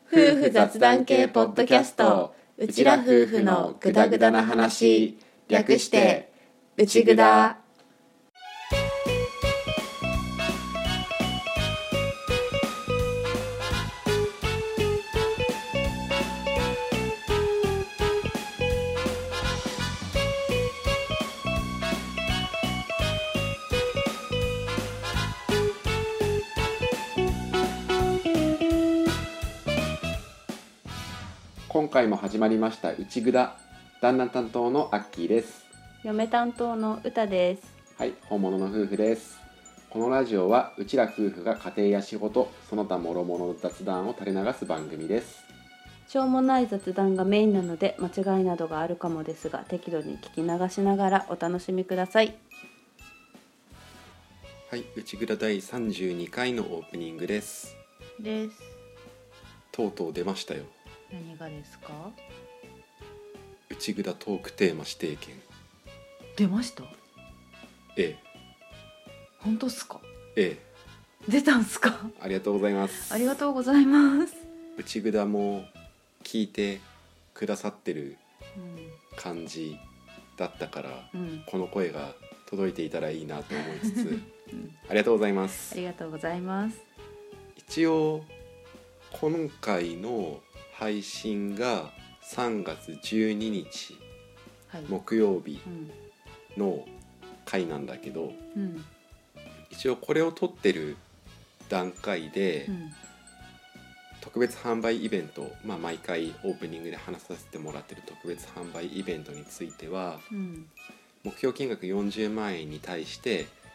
夫婦雑談系ポッドキャスト、うちら夫婦のグダグダな話、略してうちぐだ。 今回も始まりましたうちぐだ。旦那担当のアッキーです。 嫁担当のうたです。 はい、本物の夫婦です。このラジオはうちら夫婦が家庭や仕事、その他諸々の雑談を垂れ流す番組です。 しょうもない雑談がメインなので間違いなどがあるかもですが、適度に聞き流しながらお楽しみください。 はい、うちぐだ第32回のオープニングです。 です。 とうとう出ましたよ。 何がですか？ うちぐだトークテーマ指定権。 出ました？ ええ本当っすか？ ええ出たんすか？ ありがとうございます。 ありがとうございます。 うちぐだも聞いてくださってる感じだったから、この声が届いていたらいいなと思いつつ、ありがとうございます。 ありがとうございます。 一応今回の配信が3月12日、 はい、 木曜日の回なんだけど、一応これを撮ってる段階で、特別販売イベント、毎回オープニングで話させてもらってる特別販売イベントについては、目標金額40万円に対して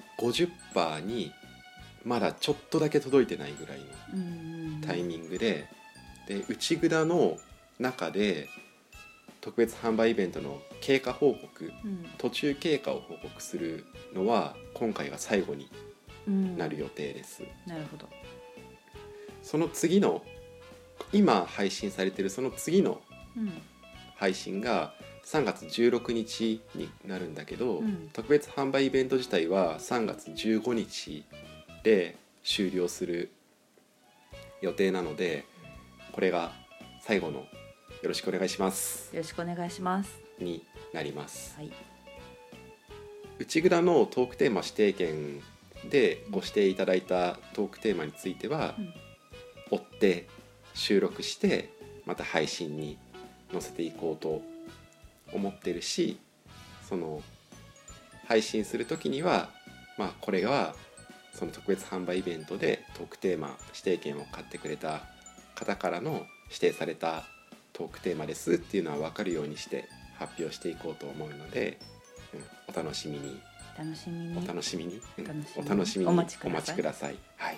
50% にまだちょっとだけ届いてないぐらいのタイミングで、内ぐだの中で特別販売イベントの経過報告、途中経過を報告するのは今回が最後になる予定です。 なるほど。 その次の今配信されているその次の配信が3月16日になるんだけど、特別販売イベント自体は3月15日で終了する予定なので、これが最後のよろしくお願いしますよろしくお願いしますになります。 はい、 内ぐだのトークテーマ指定権でご指定いただいたトークテーマについては、追って収録してまた配信に載せていこうと思ってるし、その配信する時にはこれはその特別販売イベントでトークテーマ指定権を買ってくれた方からの指定されたトークテーマですっていうのは分かるようにして発表していこうと思うので、お楽しみにお楽しみにお待ちください。はい、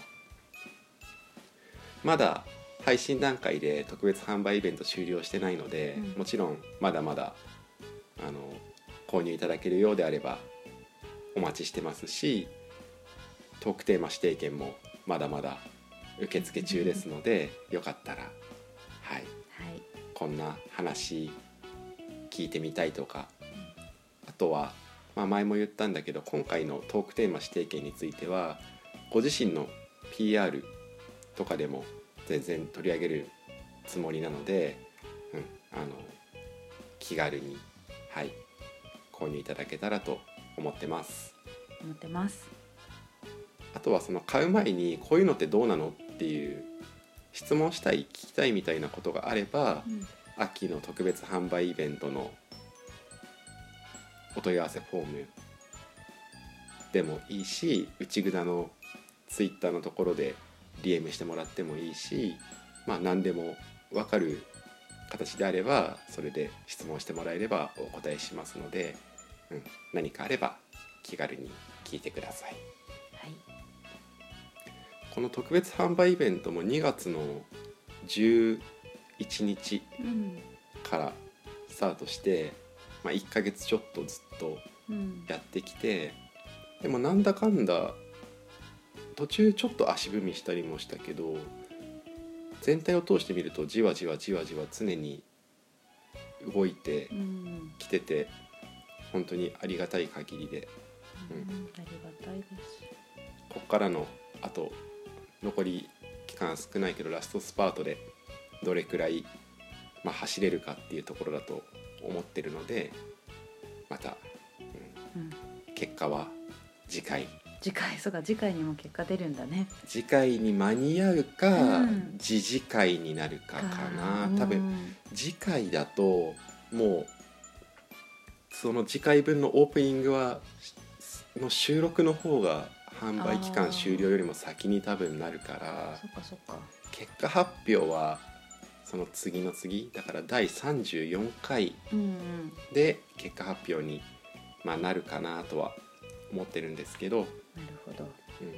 まだ配信段階で特別販売イベント終了してないので、もちろんまだまだ購入いただけるようであればお待ちしてますし、トークテーマ指定権もまだまだ受付中ですので、よかったら、こんな話聞いてみたいとか、あとは、前も言ったんだけど、今回のトークテーマ指定権についてはご自身の PR とかでも全然取り上げるつもりなので、気軽に、購入いただけたらと思ってます。あとはその買う前にこういうのってどうなのっていう質問したい、聞きたいみたいなことがあれば、秋の特別販売イベントのお問い合わせフォームでもいいし、内ぐだのツイッターのところで DM してもらってもいいし、何でも分かる形であればそれで質問してもらえればお答えしますので、何かあれば気軽に聞いてください。この特別販売イベントも2月の11日からスタートして、1ヶ月ちょっとずっとやってきて、でもなんだかんだ途中ちょっと足踏みしたりもしたけど、全体を通してみるとじわじわ常に動いてきてて、本当にありがたい限りで、 ありがたいです。 ここからのあと残り期間少ないけどラストスパートでどれくらい、走れるかっていうところだと思ってるので、また、結果は次回そうか、次回にも結果出るんだね。 次回に間に合うか、次々回になるかかな。多分次回だともうその次回分のオープニングの収録の方が販売期間終了よりも先に多分なるから、 そっか結果発表はその次の次だから第34回で結果発表に、なるかなとは思ってるんですけど、 なるほど、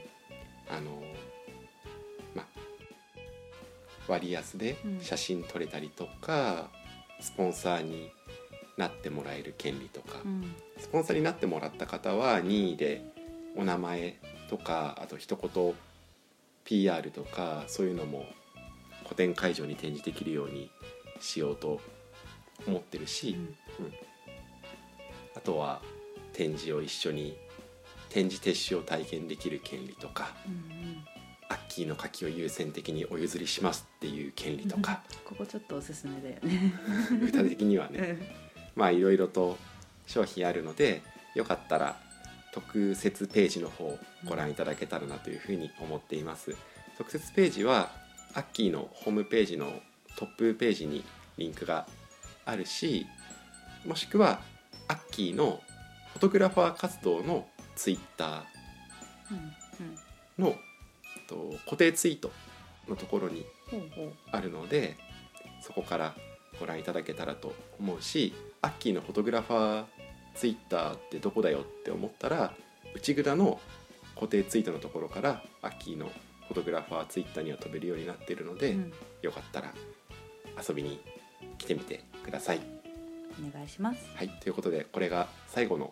割安で写真撮れたりとか、スポンサーになってもらえる権利とか、スポンサーになってもらった方は任意でお名前とか、あと一言 PR とかそういうのも個展会場に展示できるようにしようと思ってるし、あとは展示を一緒に展示撤収を体験できる権利とか、アッキーの書きを優先的にお譲りしますっていう権利とかここちょっとおすすめだよね歌的にはねいろいろと商品あるので、よかったら特設ページの方ご覧いただけたらなというふうに思っています。特設ページはアッキーのホームページのトップページにリンクがあるし、もしくはアッキーのフォトグラファー活動のツイッターの固定ツイートのところにあるので、そこからご覧いただけたらと思うし、アッキーのフォトグラファーツイッターってどこだよって思ったら、内蔵の固定ツイートのところからアッキーのフォトグラファーツイッターには飛べるようになっているので、よかったら遊びに来てみてください。 お願いします。 はい、ということでこれが最後の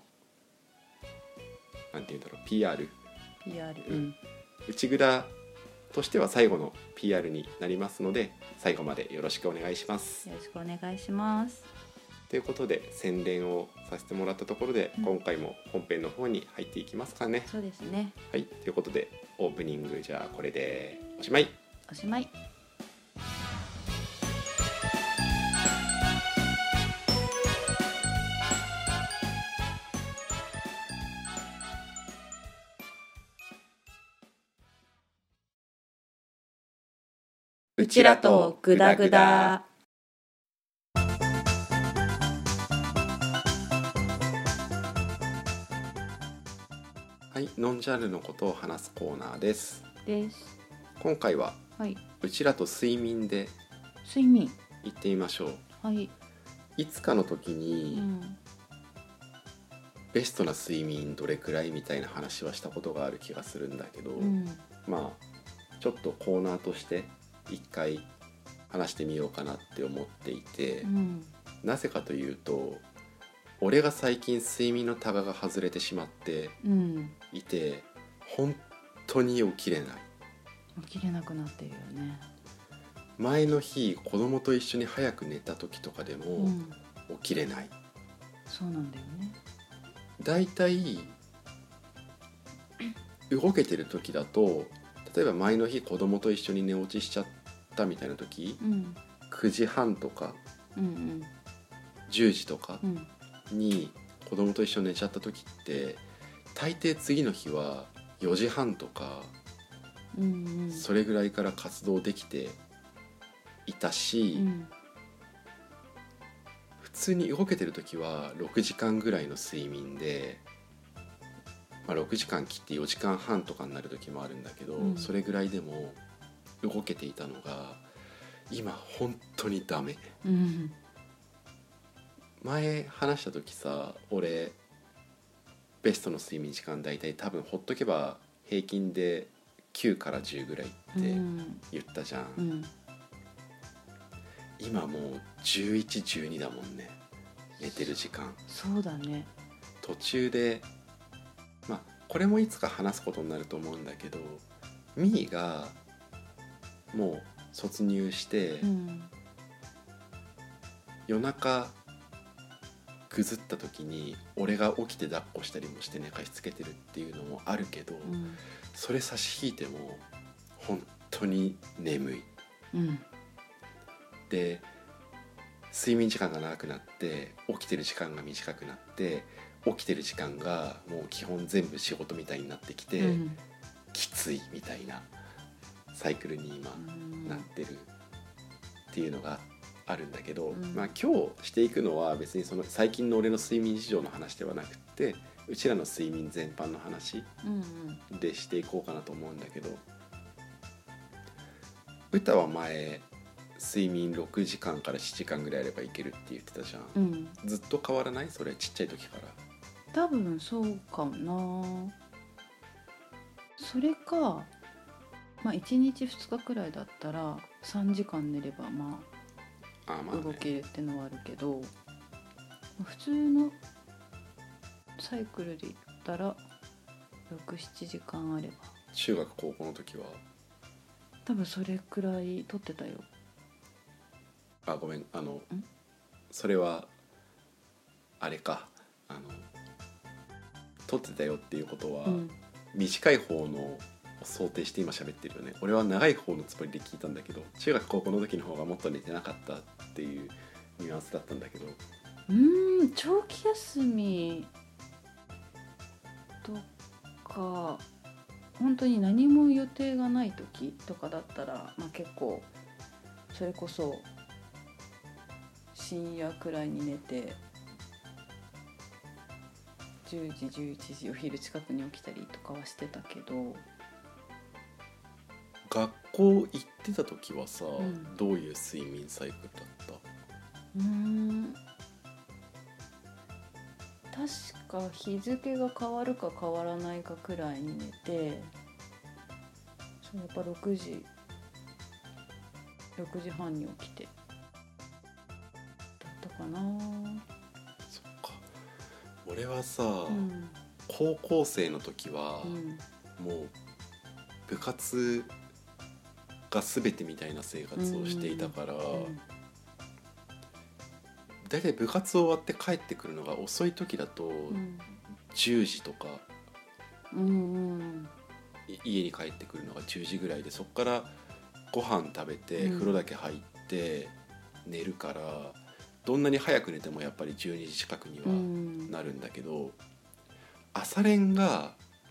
なんていうんだろう PR、内蔵としては最後の PR になりますので、最後までよろしくお願いします。 よろしくお願いします。 ということで宣伝をさせてもらったところで、今回も本編の方に入っていきますかね。 そうですね。 はい、ということでオープニングじゃあこれでおしまい。 おしまい。うちらとグダグダ。 はい、ノンジャンルのことを話すコーナーです。今回は、うちらと睡眠で睡眠行ってみましょう。 はいつかの時に、ベストな睡眠どれくらいみたいな話はしたことがある気がするんだけど、ちょっとコーナーとして一回話してみようかなって思っていて、なぜかというと、俺が最近睡眠のタガが外れてしまっていて、本当に起きれない。 起きれなくなってるよね。 前の日子供と一緒に早く寝た時とかでも起きれない。 そうなんだよね。 だいたい動けてる時だと、例えば前の日子供と一緒に寝落ちしちゃったみたいな時、9時半とか、10時とかに子供と一緒に寝ちゃった時って、大抵次の日は4時半とか、それぐらいから活動できていたし、普通に動けてる時は6時間ぐらいの睡眠で、6時間切って4時間半とかになる時もあるんだけど、それぐらいでも動けていたのが今本当にダメ。前話した時さ、俺ベストの睡眠時間だいたい多分ほっとけば平均で9から10ぐらいって言ったじゃん。今もう11、12だもんね、寝てる時間。 そうだね。 途中でこれもいつか話すことになると思うんだけど、ミーがもう卒入して、夜中ぐずった時に俺が起きて抱っこしたりもして寝かしつけてるっていうのもあるけど、それ差し引いても本当に眠い。 で睡眠時間が長くなって起きてる時間が短くなって起きてる時間がもう基本全部仕事みたいになってきて、きついみたいなサイクルに今なってるっていうのがあるんだけど、まあ今日していくのは別にその最近の俺の睡眠事情の話ではなくて、うちらの睡眠全般の話でしていこうかなと思うんだけど、歌は前睡眠6時間から7時間ぐらいあればいけるって言ってたじゃん、ずっと変わらない？それちっちゃい時から。 多分そうかもな。それか、まあ1日2日くらいだったら3時間寝ればまあ動けるってのはあるけど、普通のサイクルで言ったら 6,7 時間あれば。 中学高校の時は多分それくらい取ってたよ。 あ、ごめん、それはあれか、取ってたよっていうことは、短い方のを想定して今喋ってるよね。俺は長い方のつもりで聞いたんだけど、中学高校の時の方がもっと寝てなかったっていうニュアンスだったんだけど。 長期休みとか本当に何も予定がない時とかだったら、まあ、結構それこそ深夜くらいに寝て10時11時お昼近くに起きたりとかはしてたけど。 学校行ってた時はさ、どういう睡眠サイクルだった？ 確か日付が変わるか変わらないかくらいに寝て、やっぱ6時半に起きてだったかな。 そっか。俺はさ、高校生の時は、もう部活が全てみたいな生活をしていたから、だいたい部活終わって帰ってくるのが遅い時だと10時とか、家に帰ってくるのが10時ぐらいで、そこからご飯食べて風呂だけ入って寝るから、どんなに早く寝てもやっぱり12時近くにはなるんだけど、朝練が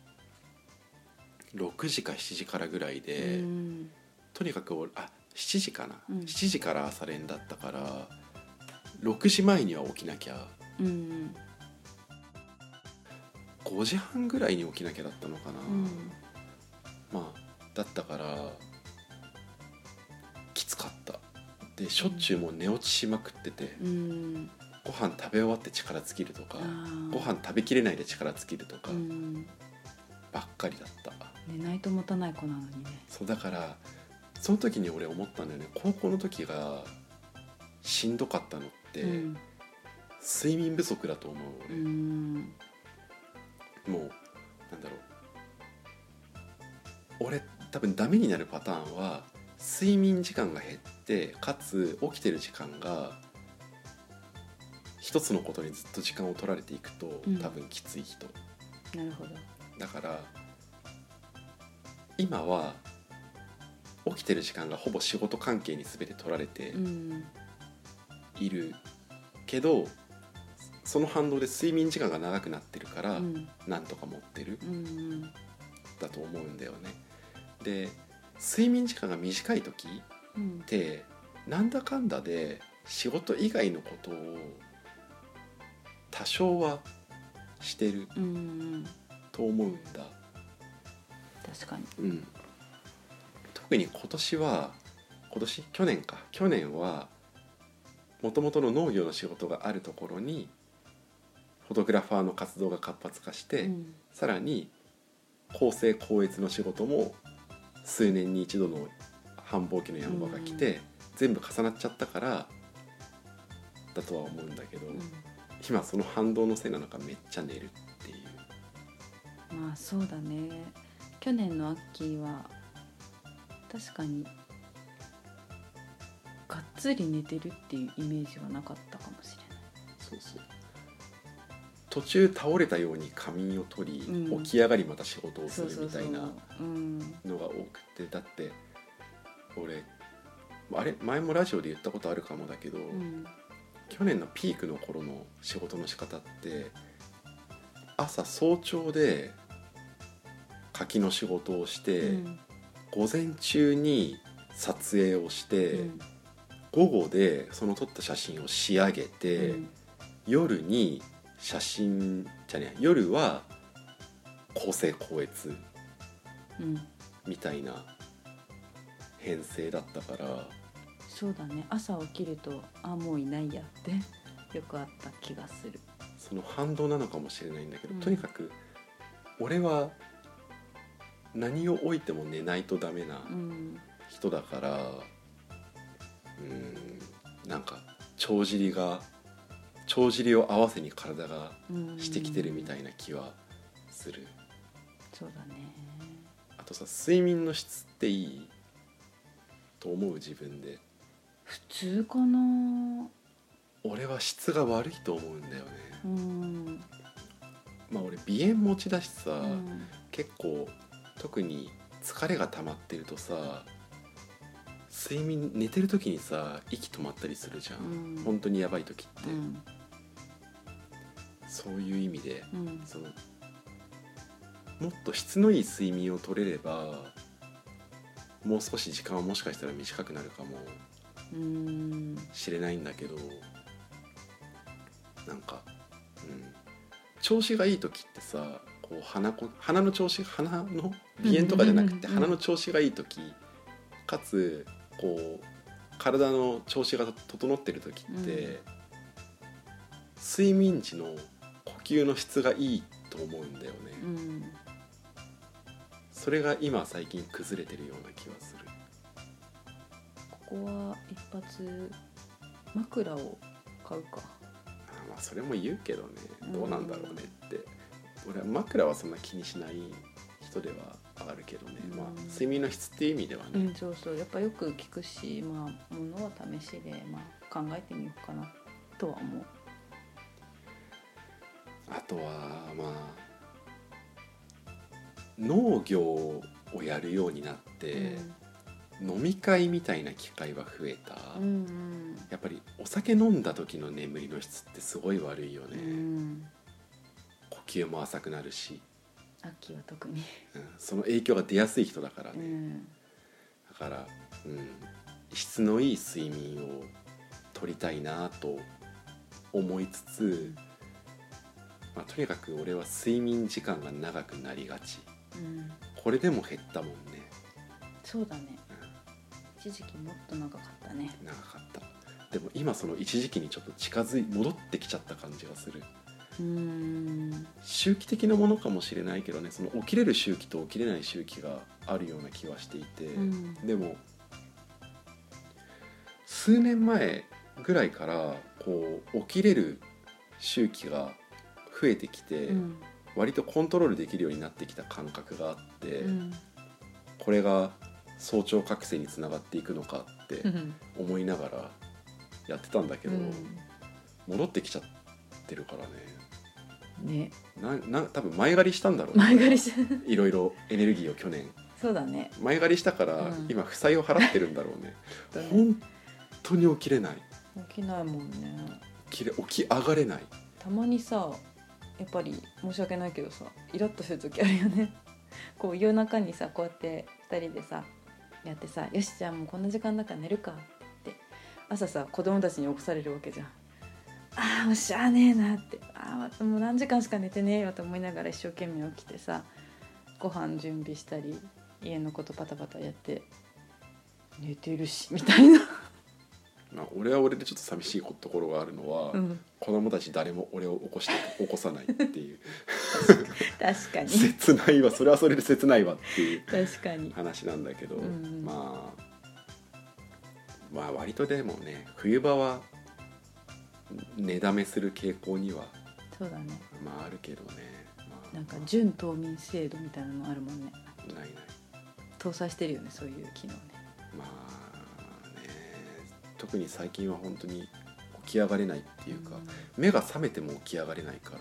6時か7時からぐらいで、とにかく7時かな、7時から朝練だったから6時前には起きなきゃ、5時半ぐらいに起きなきゃだったのかな、まあだったからきつかった。でしょっちゅうもう寝落ちしまくってて、ご飯食べ終わって力尽きるとか、ご飯食べきれないで力尽きるとか、ばっかりだった。 寝ないと持たない子なのにね。 そうだからその時に俺思ったんだよね。高校の時がしんどかったのって、睡眠不足だと思う俺。もうなんだろう、俺多分ダメになるパターンは睡眠時間が減ってかつ起きてる時間が一つのことにずっと時間を取られていくと、多分きつい人。 なるほど。 だから今は起きてる時間がほぼ仕事関係に全て取られているけど、その反動で睡眠時間が長くなってるから、なんとか持ってる、だと思うんだよね。で睡眠時間が短い時って、なんだかんだで仕事以外のことを多少はしてると思うんだ。 確かに。特に去年はもともとの農業の仕事があるところにフォトグラファーの活動が活発化して、さらに公正高越の仕事も数年に一度の繁忙期の山場が来て、全部重なっちゃったからだとは思うんだけど、今その反動のせいなのかめっちゃ寝るっていう。 まあそうだね。去年の秋は確かにがっつり寝てるっていうイメージはなかったかもしれない。 そうそう。途中倒れたように仮眠を取り、起き上がりまた仕事をするみたいなのが多くて、だって俺あれ前もラジオで言ったことあるかもだけど、去年のピークの頃の仕事の仕方って朝早朝で書きの仕事をして、午前中に撮影をして、午後でその撮った写真を仕上げて、夜に夜は構成校閲みたいな編成だったから、 そうだね、朝起きるともういないやってよくあった気がする。 その反動なのかもしれないんだけど、とにかく俺は何を置いても寝ないとダメな人だから、なんか帳尻を合わせに体がしてきてるみたいな気はする。 そうだね。 あとさ、睡眠の質っていいと思う？自分で。 普通かな。 俺は質が悪いと思うんだよね。まあ俺鼻炎持ちだしさ、結構特に疲れが溜まってるとさ、寝てる時にさ息止まったりするじゃん、本当にやばい時って、そういう意味で、そのもっと質のいい睡眠を取れればもう少し時間はもしかしたら短くなるかもしれないんだけど、なんか、調子がいい時ってさ、こう鼻の調子、鼻の鼻炎とかじゃなくて鼻の調子がいい時かつこう体の調子が整ってる時って、睡眠時の呼吸の質がいいと思うんだよね、それが今最近崩れてるような気はする。 ここは一発枕を買うか。 まあそれも言うけどね、どうなんだろうねって。俺は枕はそんな気にしない人ではあるけどね、まあ睡眠の質っていう意味ではね、 そうそう、やっぱよく聞くし、まあものは試しで、考えてみようかなとは思う。 あとはまあ農業をやるようになって、飲み会みたいな機会は増えた、やっぱりお酒飲んだ時の眠りの質ってすごい悪いよね、呼吸も浅くなるし、 秋は特に、 その影響が出やすい人だからね、だから、質のいい睡眠を取りたいなと思いつつ、とにかく俺は睡眠時間が長くなりがち、これでも減ったもんね。 そうだね、一時期もっと長かったね。 長かった。でも今その一時期にちょっと戻ってきちゃった感じがする。周期的なものかもしれないけどね、その起きれる周期と起きれない周期があるような気はしていて、でも数年前ぐらいからこう起きれる周期が増えてきて、割とコントロールできるようになってきた感覚があって、これが早朝覚醒につながっていくのかって思いながらやってたんだけど、戻ってきちゃってるからね。多分前借りしたんだろうね。いろいろエネルギーを去年。 そうだね。 前借りしたから、今負債を払ってるんだろうね。本当に起きれない。 起きないもんね。 起き上がれない。 たまにさ、やっぱり申し訳ないけどさ、イラッとする時あるよね。こう夜中にさ、こうやって2人でさやってさ、よしじゃあもうこんな時間だから寝るかって言って、朝さ子供たちに起こされるわけじゃん。もうしゃあねえなって、もう何時間しか寝てねえよと思いながら一生懸命起きてさ、ご飯準備したり家のことパタパタやって、寝てるしみたいな。 俺は俺でちょっと寂しいところがあるのは、子供たち誰も俺を起こさないっていう確かに切ないわ、それはそれで切ないわっていう確かに話なんだけど、まあ割とでもね、冬場は寝だめする傾向にはそうだね、 あるけどね、 なんか準冬眠制度みたいなのあるもんね。 ない搭載してるよね、そういう機能ね。 特に最近は本当に起き上がれないっていうか、目が覚めても起き上がれないから。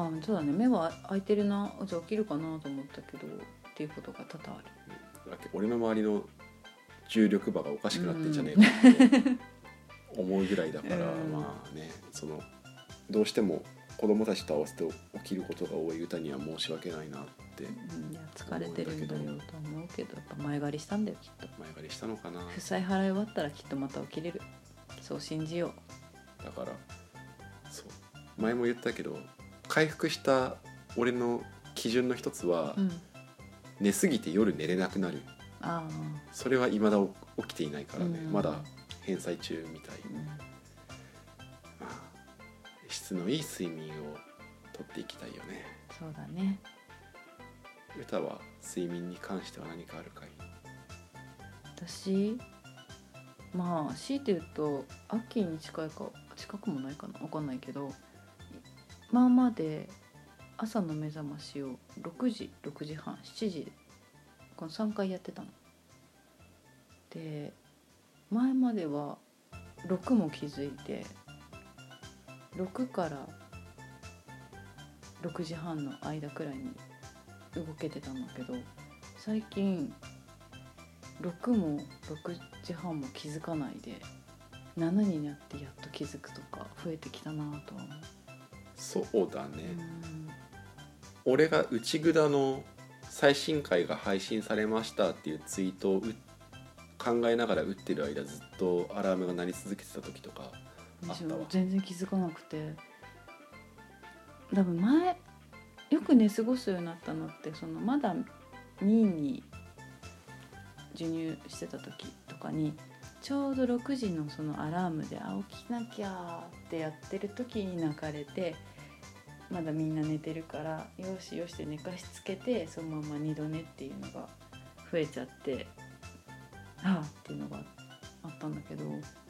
そうだね、目は開いてるな、じゃあ起きるかなと思ったけどっていうことが多々ある。 俺の周りの重力場がおかしくなってんじゃねえかって思うぐらいだから、まあね、そのどうしても子供たちと合わせて起きることが多い歌には申し訳ないなっていや疲れてるんだよと思うけど、やっぱ前借りしたんだよきっと。 前借りしたのかな。 負債払い終わったらきっとまた起きれる、そう信じよう。だからそう前も言ったけど、回復した俺の基準の一つは、寝すぎて夜寝れなくなる。それは未だ起きていないからね、まだ返済中みたい。まあ質のいい睡眠をとっていきたいよね。 そうだね。 歌は睡眠に関しては何かあるかい？ 私まあ強いて言うと秋に近いか近くもないかな、分かんないけど、まあまで朝の目覚ましを6時6時半7時この3回やってたので、前までは6も気づいて6から6時半の間くらいに動けてたんだけど、最近6も6時半も気づかないで7になってやっと気づくとか増えてきたなとは思う。 そうだね。俺が内ぐだの最新回が配信されましたっていうツイートを考えながら打ってる間ずっとアラームが鳴り続けてた時とかあったわ。 全然気づかなくて、多分前よく寝過ごすようになったのって、そのまだ2に授乳してた時とかにちょうど6時のそのアラームで起きなきゃってやってる時に泣かれて、まだみんな寝てるからよしよしって寝かしつけてそのまま2度寝っていうのが増えちゃってっていうのがあったんだけど、い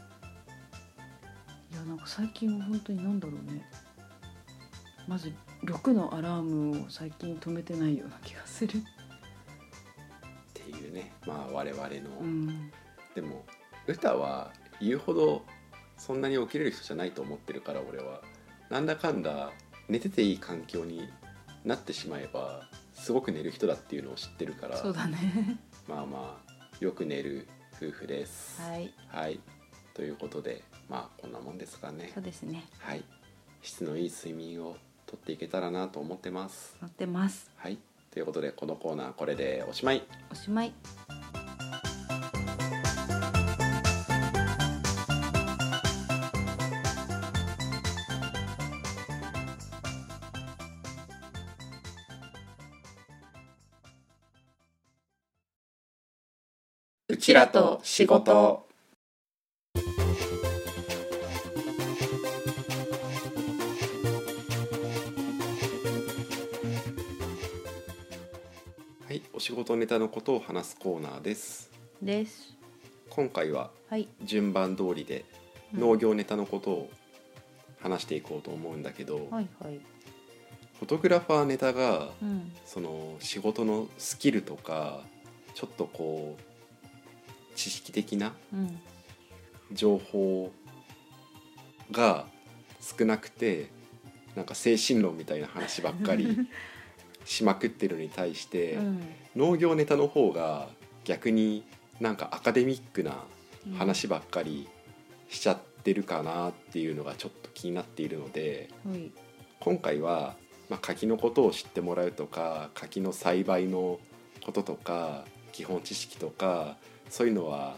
やなんか最近は本当になんだろうね、まず6のアラームを最近止めてないような気がするっていうね。まあ我々の、でも歌は言うほどそんなに起きれる人じゃないと思ってるから、俺はなんだかんだ寝てていい環境になってしまえばすごく寝る人だっていうのを知ってるから。 そうだねまあまあよく寝る夫婦です。はい、ということでまあこんなもんですかね。 そうですね。 はい、質のいい睡眠をとっていけたらなと思ってます。 はい、 ということでこのコーナーこれでおしまい。うちらと仕事。はい、お仕事ネタのことを話すコーナーです。今回は順番通りで農業ネタのことを話していこうと思うんだけど、フォトグラファーネタが、その仕事のスキルとかちょっとこう知識的な情報が少なくて、なんか精神論みたいな話ばっかりしまくってるのに対して、農業ネタの方が逆になんかアカデミックな話ばっかりしちゃってるかなっていうのがちょっと気になっているので、今回は、柿のことを知ってもらうとか、柿の栽培のこととか基本知識とかそういうのは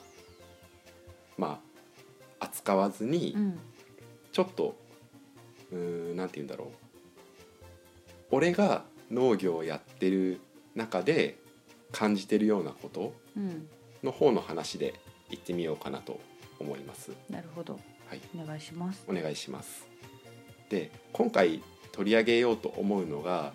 扱わずに、ちょっとなんて言うんだろう、俺が農業をやってる中で感じてるようなことの方の話で言ってみようかなと思います。 なるほど、お願いします。 で、今回取り上げようと思うのが、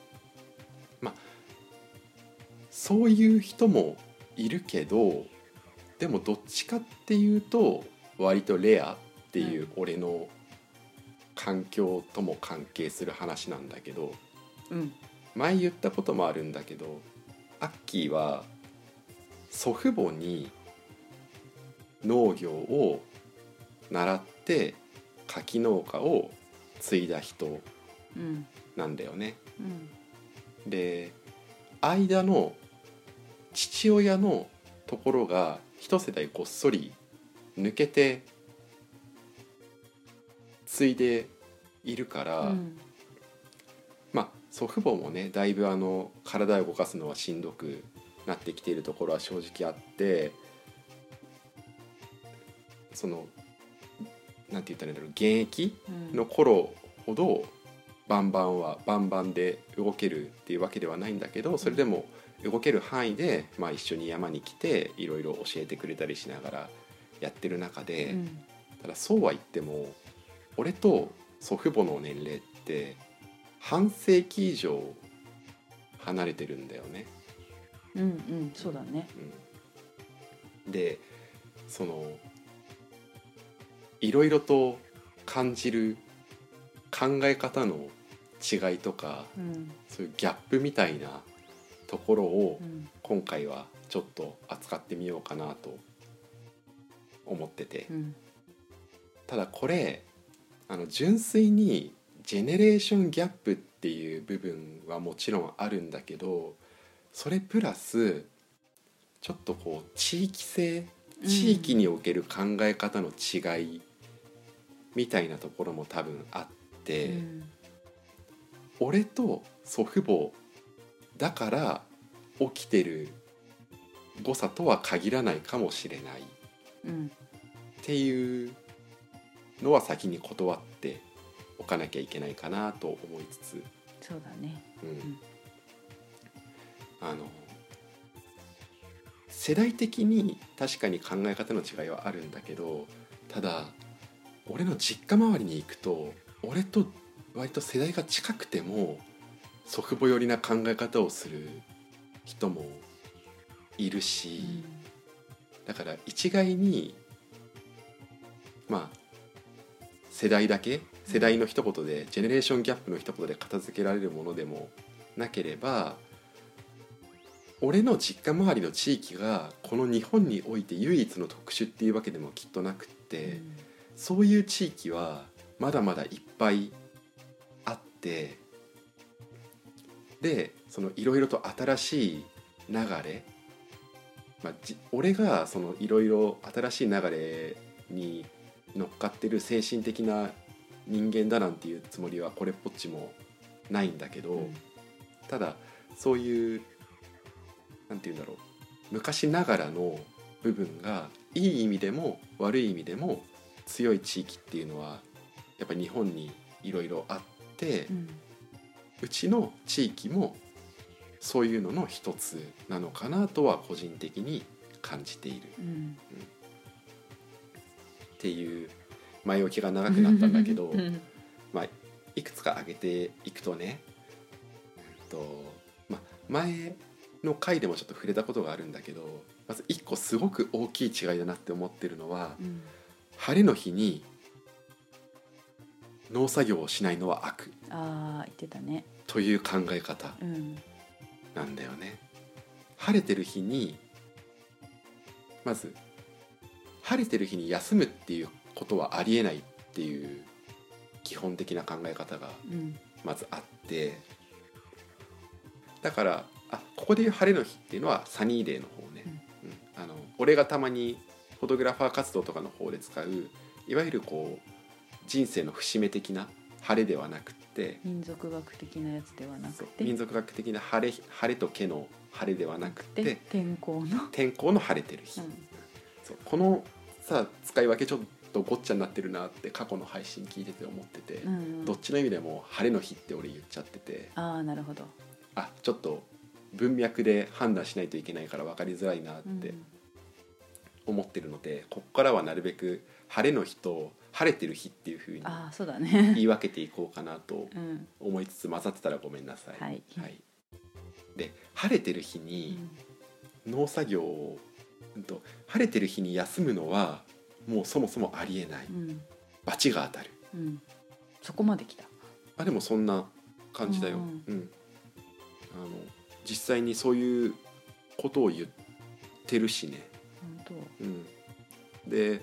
そういう人もいるけど、でもどっちかっていうと割とレアっていう俺の環境とも関係する話なんだけど、前言ったこともあるんだけど、アッキーは祖父母に農業を習って柿農家を継いだ人なんだよね。で、間の父親のところが一世代ごっそり抜けて継いでいるから、まあ祖父母もねだいぶ体を動かすのはしんどくなってきているところは正直あって、そのなんて言ったらいいんだろう、現役の頃ほどバンバンで動けるっていうわけではないんだけど、それでも動ける範囲で、まあ、一緒に山に来ていろいろ教えてくれたりしながらやってる中で、ただそうは言っても俺と祖父母の年齢って半世紀以上離れてるんだよね。 そうだね。 でそのいろいろと感じる考え方の違いとか、そういうギャップみたいなところを今回はちょっと扱ってみようかなと思ってて、ただこれ純粋にジェネレーションギャップっていう部分はもちろんあるんだけど、それプラスちょっとこう地域性、地域における考え方の違いみたいなところも多分あって、俺と祖父母だから起きてる誤差とは限らないかもしれない、っていうのは先に断っておかなきゃいけないかなと思いつつ、 そうだね、 世代的に確かに考え方の違いはあるんだけど、ただ俺の実家周りに行くと俺と割と世代が近くても祖父母寄りな考え方をする人もいるし、だから一概にまあ世代の一言でジェネレーションギャップの一言で片付けられるものでもなければ、俺の実家周りの地域がこの日本において唯一の特殊っていうわけでもきっとなくって、そういう地域はまだまだいっぱいあって、でそのいろいろと新しい流れ、俺がそのいろいろ新しい流れに乗っかってる精神的な人間だなんていうつもりはこれっぽっちもないんだけど、ただそういうなんていうんだろう、昔ながらの部分がいい意味でも悪い意味でも強い地域っていうのはやっぱ日本にいろいろあって、うちの地域もそういうのの一つなのかなとは個人的に感じている、っていう前置きが長くなったんだけどいくつか挙げていくとね、前の回でもちょっと触れたことがあるんだけど、まず一個すごく大きい違いだなって思ってるのは、晴れの日に農作業をしないのは悪、 言ってたね、 という考え方なんだよね。晴れてる日にまず晴れてる日に休むっていうことはありえないっていう基本的な考え方がまずあって、だからここでいう晴れの日っていうのはサニーデーの方ね、俺がたまにフォトグラファー活動とかの方で使ういわゆるこう人生の節目的な晴れではなくて、 民族学的なやつではなくて、 民族学的な晴れと毛の晴れではなくて天候の晴れてる日、そうこのさ使い分けちょっとごっちゃになってるなって過去の配信聞いてて思ってて、どっちの意味でも晴れの日って俺言っちゃってて、 なるほど、 ちょっと文脈で判断しないといけないから分かりづらいなって思ってるので、ここからはなるべく晴れの日と晴れてる日っていう風に言い分けていこうかなと思いつつ、混ざってたらごめんなさい。で晴れてる日に農作業を、晴れてる日に休むのはもうそもそもありえない、罰が当たる、 そこまで来た。 でもそんな感じだよ、実際にそういうことを言ってるしね。で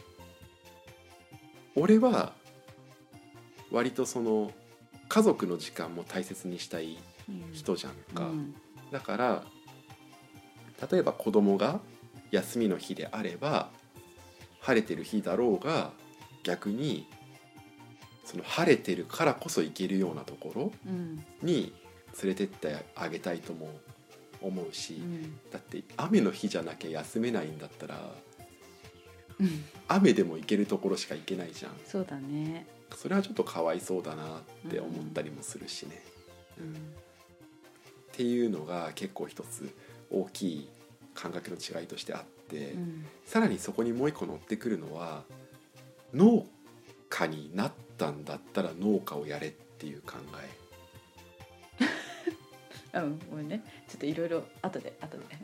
俺は割とその家族の時間も大切にしたい人じゃんか、だから例えば子供が休みの日であれば晴れてる日だろうが、逆にその晴れてるからこそ行けるようなところに連れてってあげたいとも思うし、だって雨の日じゃなきゃ休めないんだったら、雨でも行けるところしか行けないじゃん。 そうだね。 それはちょっとかわいそうだなって思ったりもするしね、っていうのが結構一つ大きい感覚の違いとしてあって、さらにそこにもう一個乗ってくるのは、農家になったんだったら農家をやれっていう考えごめんね、ちょっといろいろ後で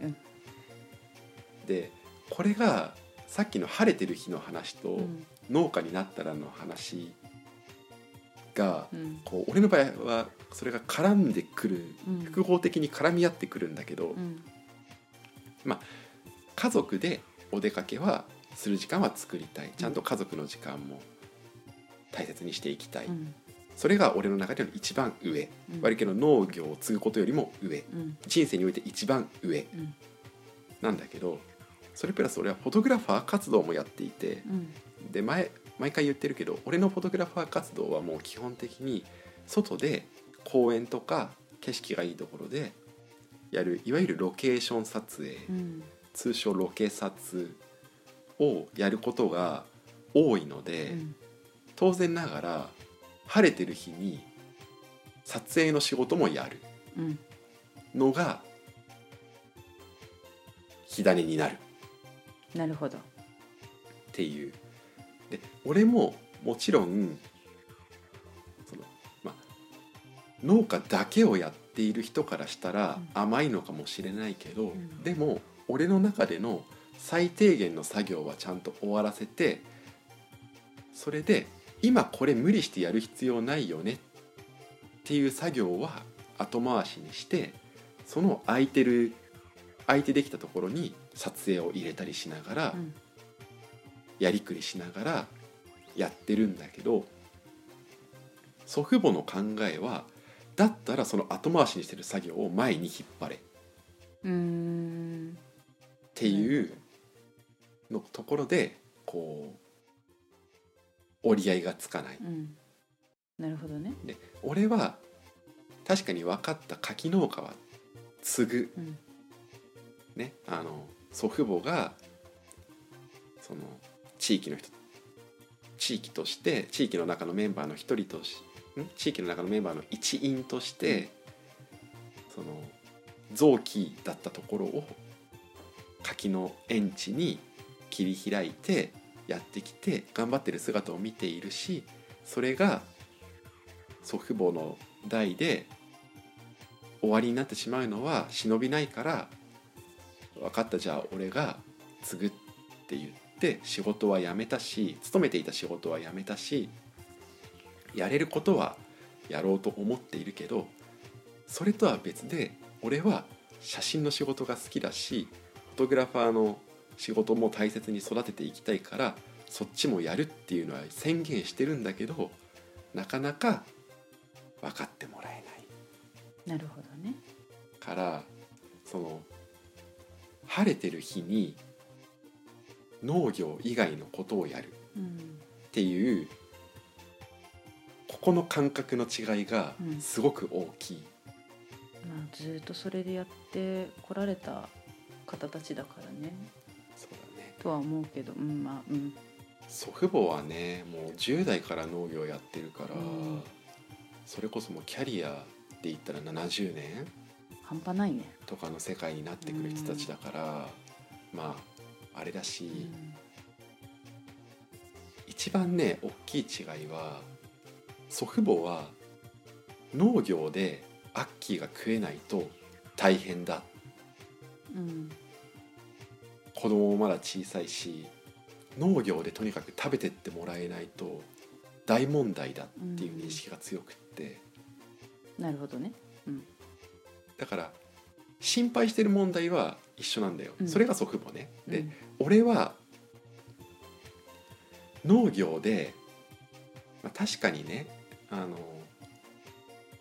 で、これがさっきの晴れてる日の話と、農家になったらの話が、こう俺の場合はそれが絡んでくる、複合的に絡み合ってくるんだけど、まあ家族でお出かけはする時間は作りたい、ちゃんと家族の時間も大切にしていきたい、それが俺の中での一番上、悪いけど農業を継ぐことよりも上、人生において一番上、なんだけど、それプラス俺はフォトグラファー活動もやっていて、で毎回言ってるけど、俺のフォトグラファー活動はもう基本的に外で公園とか景色がいいところでやる、いわゆるロケーション撮影、通称ロケ撮をやることが多いので、当然ながら晴れてる日に撮影の仕事もやるのが火種になる。 なるほど。 っていう。で、俺ももちろん農家だけをやっている人からしたら甘いのかもしれないけど、でも俺の中での最低限の作業はちゃんと終わらせて、それで今これ無理してやる必要ないよねっていう作業は後回しにして、その空いてできたところに撮影を入れたりしながら、やりくりしながらやってるんだけど、祖父母の考えは、だったらその後回しにしてる作業を前に引っ張れっていうのところで、こう折り合いがつかない、 なるほどね。 で、俺は確かに分かった、柿農家は継ぐ、ね、祖父母がその地域として、地域の中のメンバーの一人とし地域の中のメンバーの一員として、その臓器だったところを柿の園地に切り開いてやってきて頑張ってる姿を見ているし、それが祖父母の代で終わりになってしまうのは忍びないから、分かった、じゃあ俺が継ぐって言って仕事は辞めたし、勤めていた仕事は辞めたし、やれることはやろうと思っているけど、それとは別で俺は写真の仕事が好きだし、フォトグラファーの仕事も大切に育てていきたいから、そっちもやるっていうのは宣言してるんだけど、なかなか分かってもらえない。 なるほどね。 から、その晴れてる日に農業以外のことをやるっていう、ここの感覚の違いがすごく大きい。 ずっとそれでやってこられた方たちだからね。 そうだね。 とは思うけど、 祖父母はね、もう10代から農業やってるから、それこそもうキャリアで言ったら70年半端ないねとかの世界になってくる人たちだから、まああれだし、一番ね大きい違いは、祖父母は農業でアッキーが食えないと大変だ、子供もまだ小さいし、農業でとにかく食べてってもらえないと大問題だっていう認識が強くって、 なるほどね、 だから心配してる問題は一緒なんだよ、それが祖父母ね。で、俺は農業で、確かにね、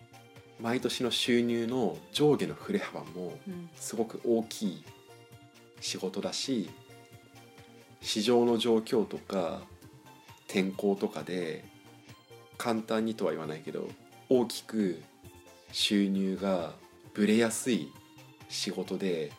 毎年の収入の上下の振れ幅もすごく大きい仕事だし、市場の状況とか天候とかで簡単にとは言わないけど大きく収入がぶれやすい仕事で、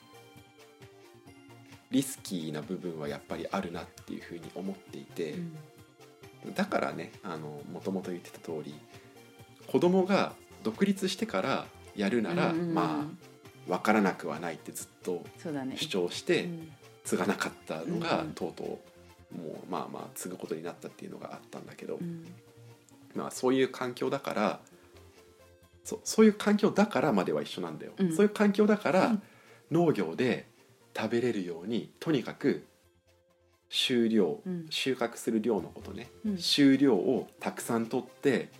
リスキーな部分はやっぱりあるなっていうふうに思っていて、だからね、もともと言ってた通り、子供が独立してからやるなら、まあ分からなくはないってずっと主張して継がなかったのが、とうとうもうまあまあ継ぐことになったっていうのがあったんだけど、まあそういう環境だから、そういう環境だからまでは一緒なんだよ、そういう環境だから農業で食べれるようにとにかく収穫する量のことね、収量をたくさん取って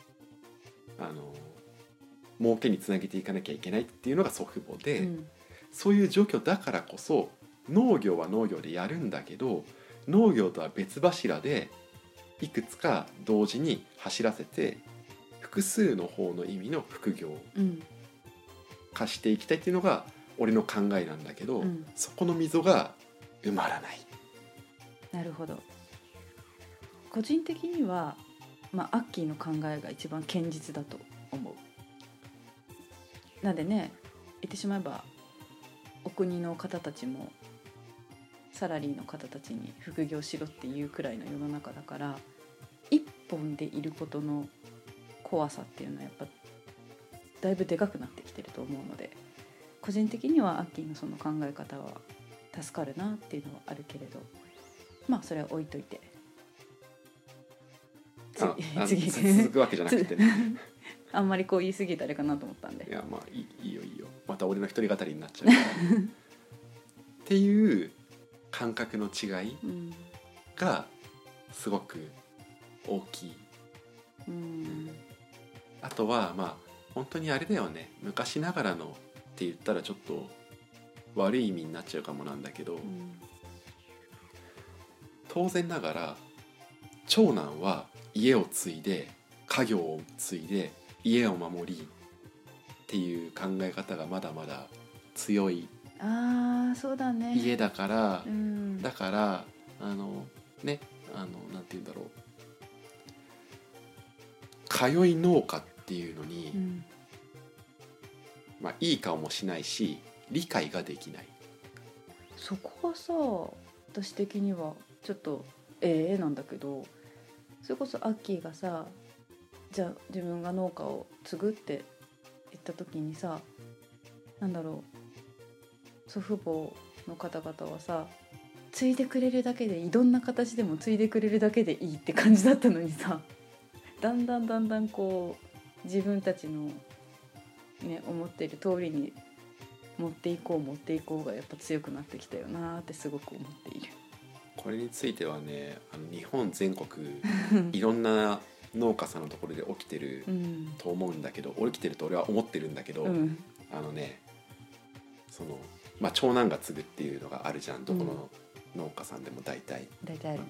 儲けにつなげていかなきゃいけないっていうのが祖父母で、そういう状況だからこそ農業は農業でやるんだけど、農業とは別柱でいくつか同時に走らせて複数の方の意味の副業化していきたいっていうのが俺の考えなんだけど、そこの溝が埋まらない。 なるほど。個人的には、アッキーの考えが一番堅実だと思う。なんでね、言ってしまえばお国の方たちもサラリーの方たちに副業しろっていうくらいの世の中だから、一本でいることの怖さっていうのはやっぱだいぶでかくなってきてると思うので、個人的にはアッキーのその考え方は助かるなっていうのはあるけれど、それは置いといて次続くわけじゃなくてねあんまりこう言い過ぎたらかなと思ったんで、 いやまあいいよまた俺の一人語りになっちゃうからっていう感覚の違いがすごく大きい、あとは本当にあれだよね、昔ながらのって言ったらちょっと悪い意味になっちゃうかもなんだけど、当然ながら長男は家を継いで家業を継いで家を守りっていう考え方がまだまだ強いそうだね家だから、だからなんて言うんだろう、通い農家っていうのに、いい顔もしないし理解ができない。 そこがさ、私的にはちょっとなんだけど、それこそアッキーがさ、じゃあ自分が農家を継ぐって言った時にさ、祖父母の方々はさ、継いでくれるだけでいい、どんな形でも継いでくれるだけでいいって感じだったのにさ、だんだんこう自分たちのね思っている通りに持っていこうがやっぱ強くなってきたよなってすごく思っている。 これについてはね、日本全国いろんな農家さんのところで起きてると思うんだけど、起きてると俺は思ってるんだけど、長男が継ぐっていうのがあるじゃん、どこの農家さんでも大体あるね。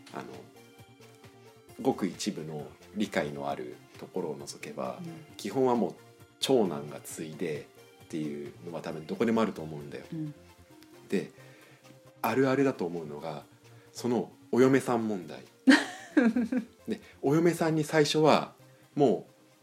ごく一部の理解のあるところを除けば、基本はもう長男が継いでっていうのは多分どこでもあると思うんだよ、であるあるだと思うのがそのお嫁さん問題で、お嫁さんに最初はも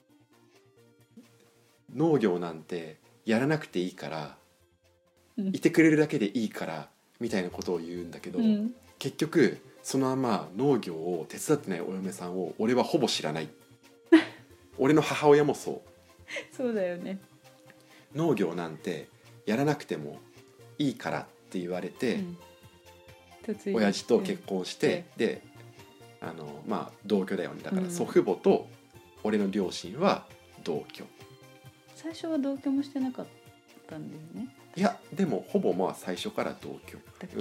う農業なんてやらなくていいから、いてくれるだけでいいからみたいなことを言うんだけど、結局そのまま農業を手伝ってないお嫁さんを俺はほぼ知らない俺の母親もそうだよね。 農業なんてやらなくてもいいからって言われて、親父と結婚して、で同居だよね。だから祖父母と俺の両親は同居。 最初は同居もしてなかったんだよね。 いやでもほぼ最初から同居。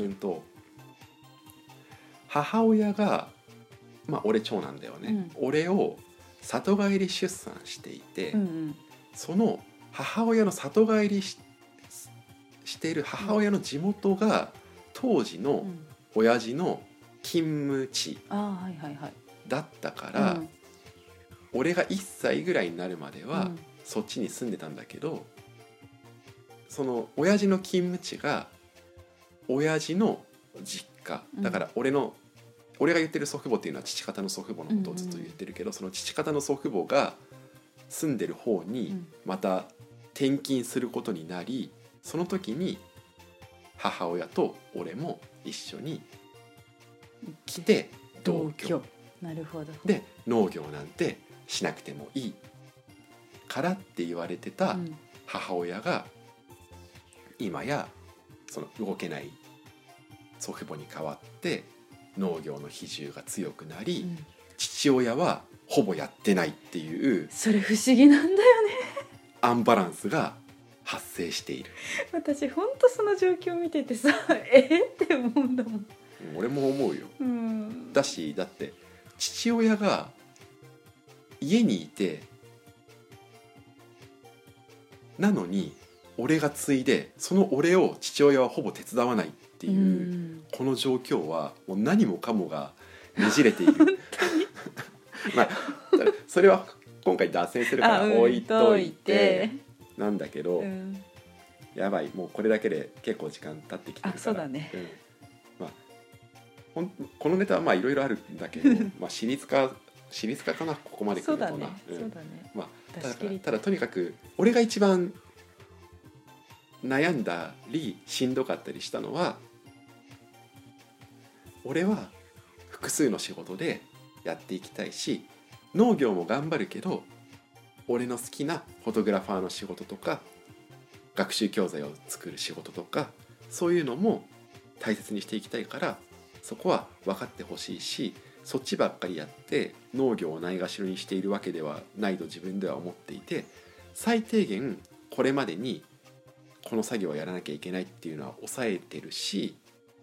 母親が俺長男だよね、俺を里帰り出産していて、その母親の里帰りしている母親の地元が当時の親父の勤務地だったから、俺が1歳ぐらいになるまではそっちに住んでたんだけど、その親父の勤務地が親父の実家だから俺が言ってる祖父母っていうのは父方の祖父母のことをずっと言ってるけど、その父方の祖父母が住んでる方にまた転勤することになり、その時に母親と俺も一緒に来て同居。 なるほど。 で農業なんてしなくてもいいからって言われてた母親が今やその動けない祖父母に代わって農業の比重が強くなり、父親はほぼやってないっていうそれ不思議なんだよねアンバランスが発生している。 私ほんとその状況見ててさって思うんだもん。 俺も思うよ、だしだって父親が家にいてなのに俺が継いでその俺を父親はほぼ手伝わないっていう、この状況はもう何もかもがねじれているまあそれは今回脱線するから置いといてなんだけど、やばいもうこれだけで結構時間経ってきてるから。 そうだね、 まあ、このネタはまあいろいろあるんだけどまあ私立化かな、ここまで来るとな。そうだね、まあ、ただとにかく俺が一番悩んだりしんどかったりしたのは、俺は複数の仕事でやっていきたいし農業も頑張るけど俺の好きなフォトグラファーの仕事とか学習教材を作る仕事とかそういうのも大切にしていきたいから、そこは分かってほしいし、そっちばっかりやって農業をないがしろにしているわけではないと自分では思っていて、最低限これまでにこの作業をやらなきゃいけないっていうのは抑えてるし、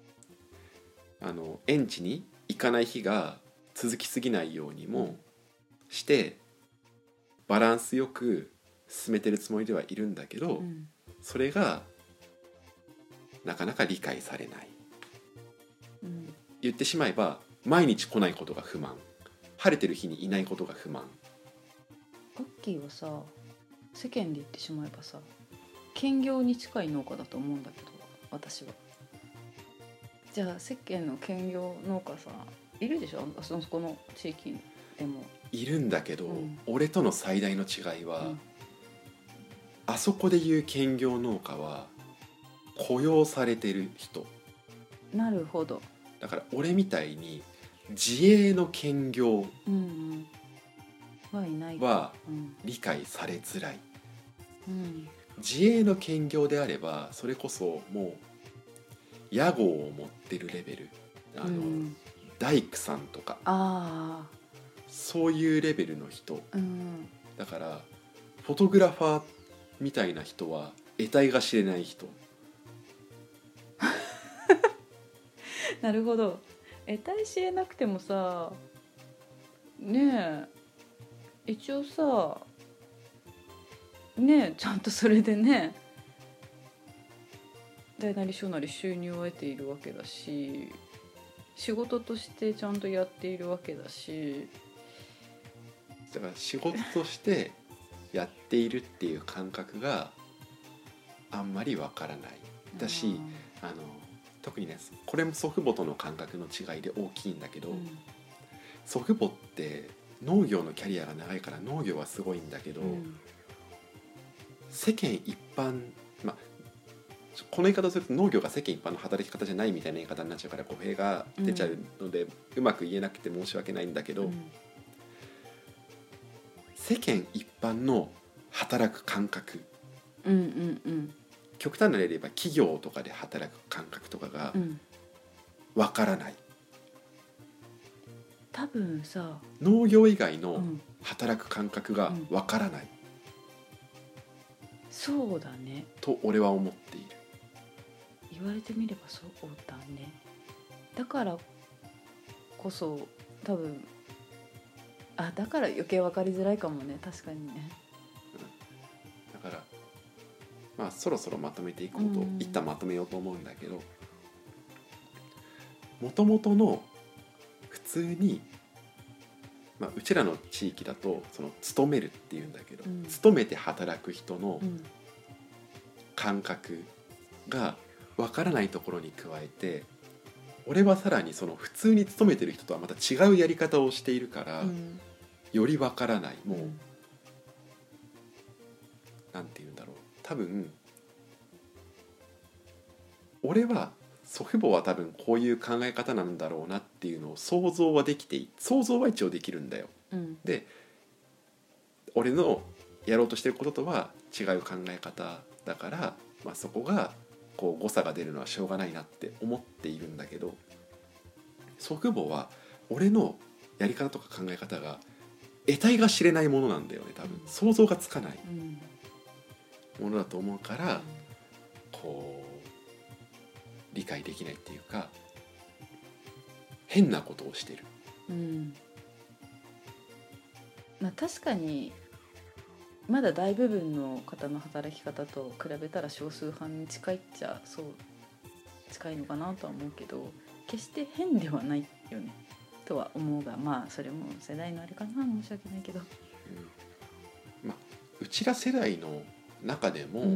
園地に行かない日が続きすぎないようにもしてバランスよく進めてるつもりではいるんだけど、それがなかなか理解されない、言ってしまえば毎日来ないことが不満、晴れてる日にいないことが不満。 ガッキーはさ、世間で言ってしまえばさ兼業に近い農家だと思うんだけど、私は。じゃあ世間の兼業農家さんいるでしょ、そこの地域でも。 いるんだけど、俺との最大の違いは、あそこでいう兼業農家は雇用されてる人。 なるほど。 だから俺みたいに自営の兼業は理解されづらい、自営の兼業であればそれこそもう屋号を持ってるレベル、大工さんとかそういうレベルの人、だからフォトグラファーみたいな人は得体が知れない人なるほど。得体知れなくてもさねえ、一応さねえちゃんとそれでね大なり小なり収入を得ているわけだし、仕事としてちゃんとやっているわけだし、 だから仕事としてやっているっていう感覚があんまりわからないだし、特にねこれも祖父母との感覚の違いで大きいんだけど、祖父母って農業のキャリアが長いから農業はすごいんだけど、世間一般、この言い方をすると農業が世間一般の働き方じゃないみたいな言い方になっちゃうから語弊が出ちゃうので、うまく言えなくて申し訳ないんだけど、世間一般の働く感覚、極端な例で言えば企業とかで働く感覚とかがわからない、 多分さ農業以外の働く感覚がわからない、 そうだねと俺は思っている。 言われてみればそうだね。だからこそ多分だから余計分かりづらいかもね。確かにね、 だからそろそろまとめていこうと、一旦まとめようと思うんだけど、もともとの普通に、うちらの地域だとその勤めるっていうんだけど、勤めて働く人の感覚が分からないところに加えて、俺はさらにその普通に勤めてる人とはまた違うやり方をしているから、より分からない。もう、なんて言うんだろう、多分俺は祖父母は多分こういう考え方なんだろうなっていうのを想像はできて、想像は一応できるんだよ、で俺のやろうとしてることとは違う考え方だから、そこがこう誤差が出るのはしょうがないなって思っているんだけど、祖父母は俺のやり方とか考え方が得体が知れないものなんだよね。多分想像がつかないものだと思うから、こう理解できないっていうか、変なことをしてる。 確かにまだ大部分の方の働き方と比べたら少数派に近いっちゃそう近いのかなとは思うけど、決して変ではないよねとは思うが、それも世代のあれかな、申し訳ないけど、 うちら世代の中でも、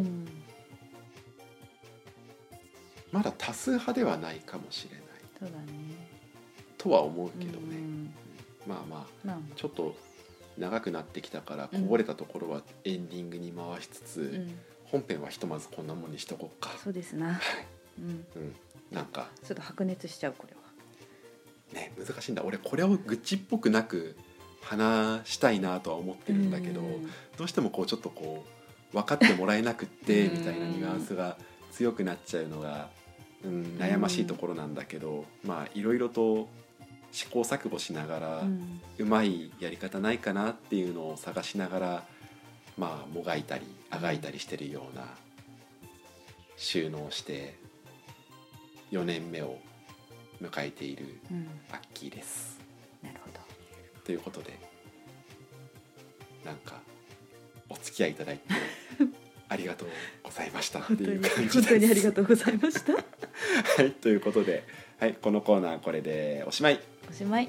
まだ多数派ではないかもしれない。 そうだね。 とは思うけどね。ちょっと長くなってきたからこぼれたところはエンディングに回しつつ、本編はひとまずこんなもんにしとこうか。 そうですな。 なんかちょっと白熱しちゃうこれは。 ね、難しいんだ。俺これを愚痴っぽくなく話したいなとは思ってるんだけど、どうしてもこうちょっとこう分かってもらえなくってみたいなニュアンスが強くなっちゃうのが、悩ましいところなんだけど、いろいろと試行錯誤しながら、うまいやり方ないかなっていうのを探しながら、もがいたりあがいたりしてるような、収納して4年目を迎えているアッキーです。 なるほど。 ということで、なんかお付き合いいただいてありがとうございましたっていう感じです。 本当にありがとうございました。 はい、ということで、このコーナーこれでおしまい。 おしまい。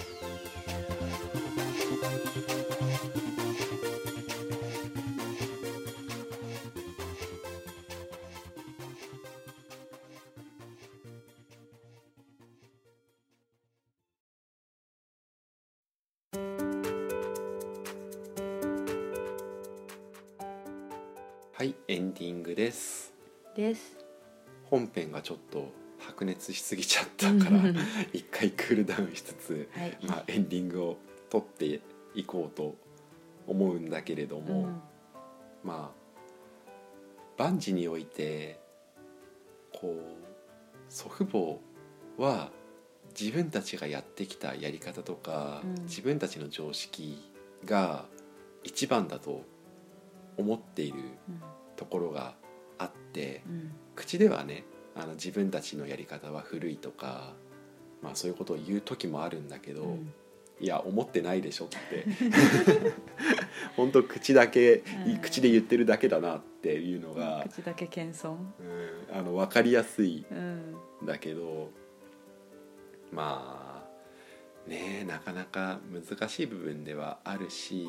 はい、エンディングです。本編がちょっと白熱しすぎちゃったから一回クールダウンしつつ、エンディングを撮っていこうと思うんだけれども、万事においてこう祖父母は自分たちがやってきたやり方とか、自分たちの常識が一番だと思っているところがあって、口ではね、自分たちのやり方は古いとか、そういうことを言う時もあるんだけど、いや思ってないでしょって本当口で言ってるだけだなっていうのが、 口だけ謙遜、 分かりやすいんだけど、ね、なかなか難しい部分ではあるし、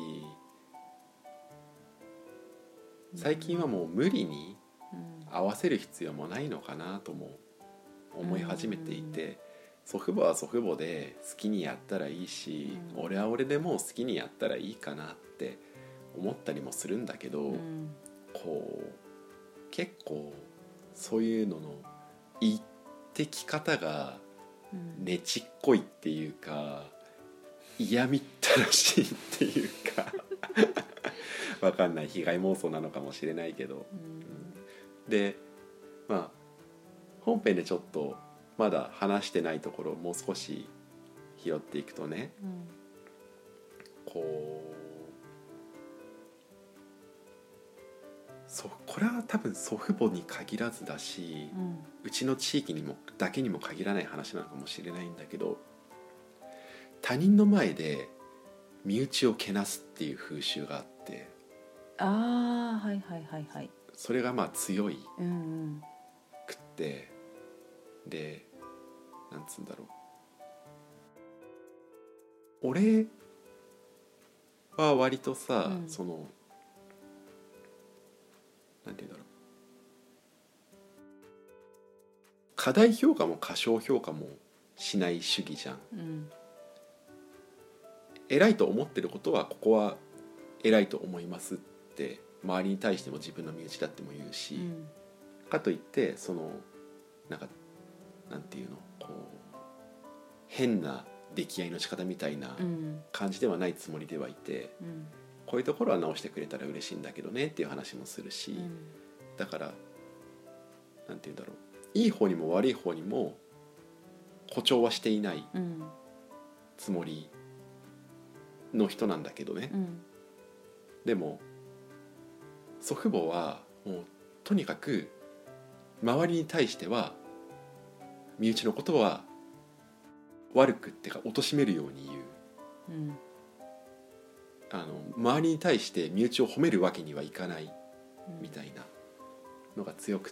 最近はもう無理に合わせる必要もないのかなとも思い始めていて、祖父母は祖父母で好きにやったらいいし、俺は俺でもう好きにやったらいいかなって思ったりもするんだけど、こう結構そういうのの言ってき方がねちっこいっていうか、嫌みったらしいっていうかわかんない、被害妄想なのかもしれないけど、で本編でちょっとまだ話してないところをもう少し拾っていくとね、これは多分祖父母に限らずだし、うちの地域にもだけにも限らない話なのかもしれないんだけど、他人の前で身内をけなすっていう風習があって、それが強いくって、でなんつうんだろう、俺は割とさ、そのなんていうんだろ過大評価も過小評価もしない主義じゃん、うん、偉いと思ってることはここは偉いと思いますって周りに対しても自分の身内だっても言うし、うん、かといってそのなんていうのこう変な出来合いの仕方みたいな感じではないつもりではいて、うん、こういうところは直してくれたら嬉しいんだけどねっていう話もするし、うん、だからなんていうんだろう、いい方にも悪い方にも誇張はしていないつもりの人なんだけどね、うん、でも祖父母はもうとにかく周りに対しては身内のことは悪くってか貶めるように言う、うん、周りに対して身内を褒めるわけにはいかないみたいなのが強くって、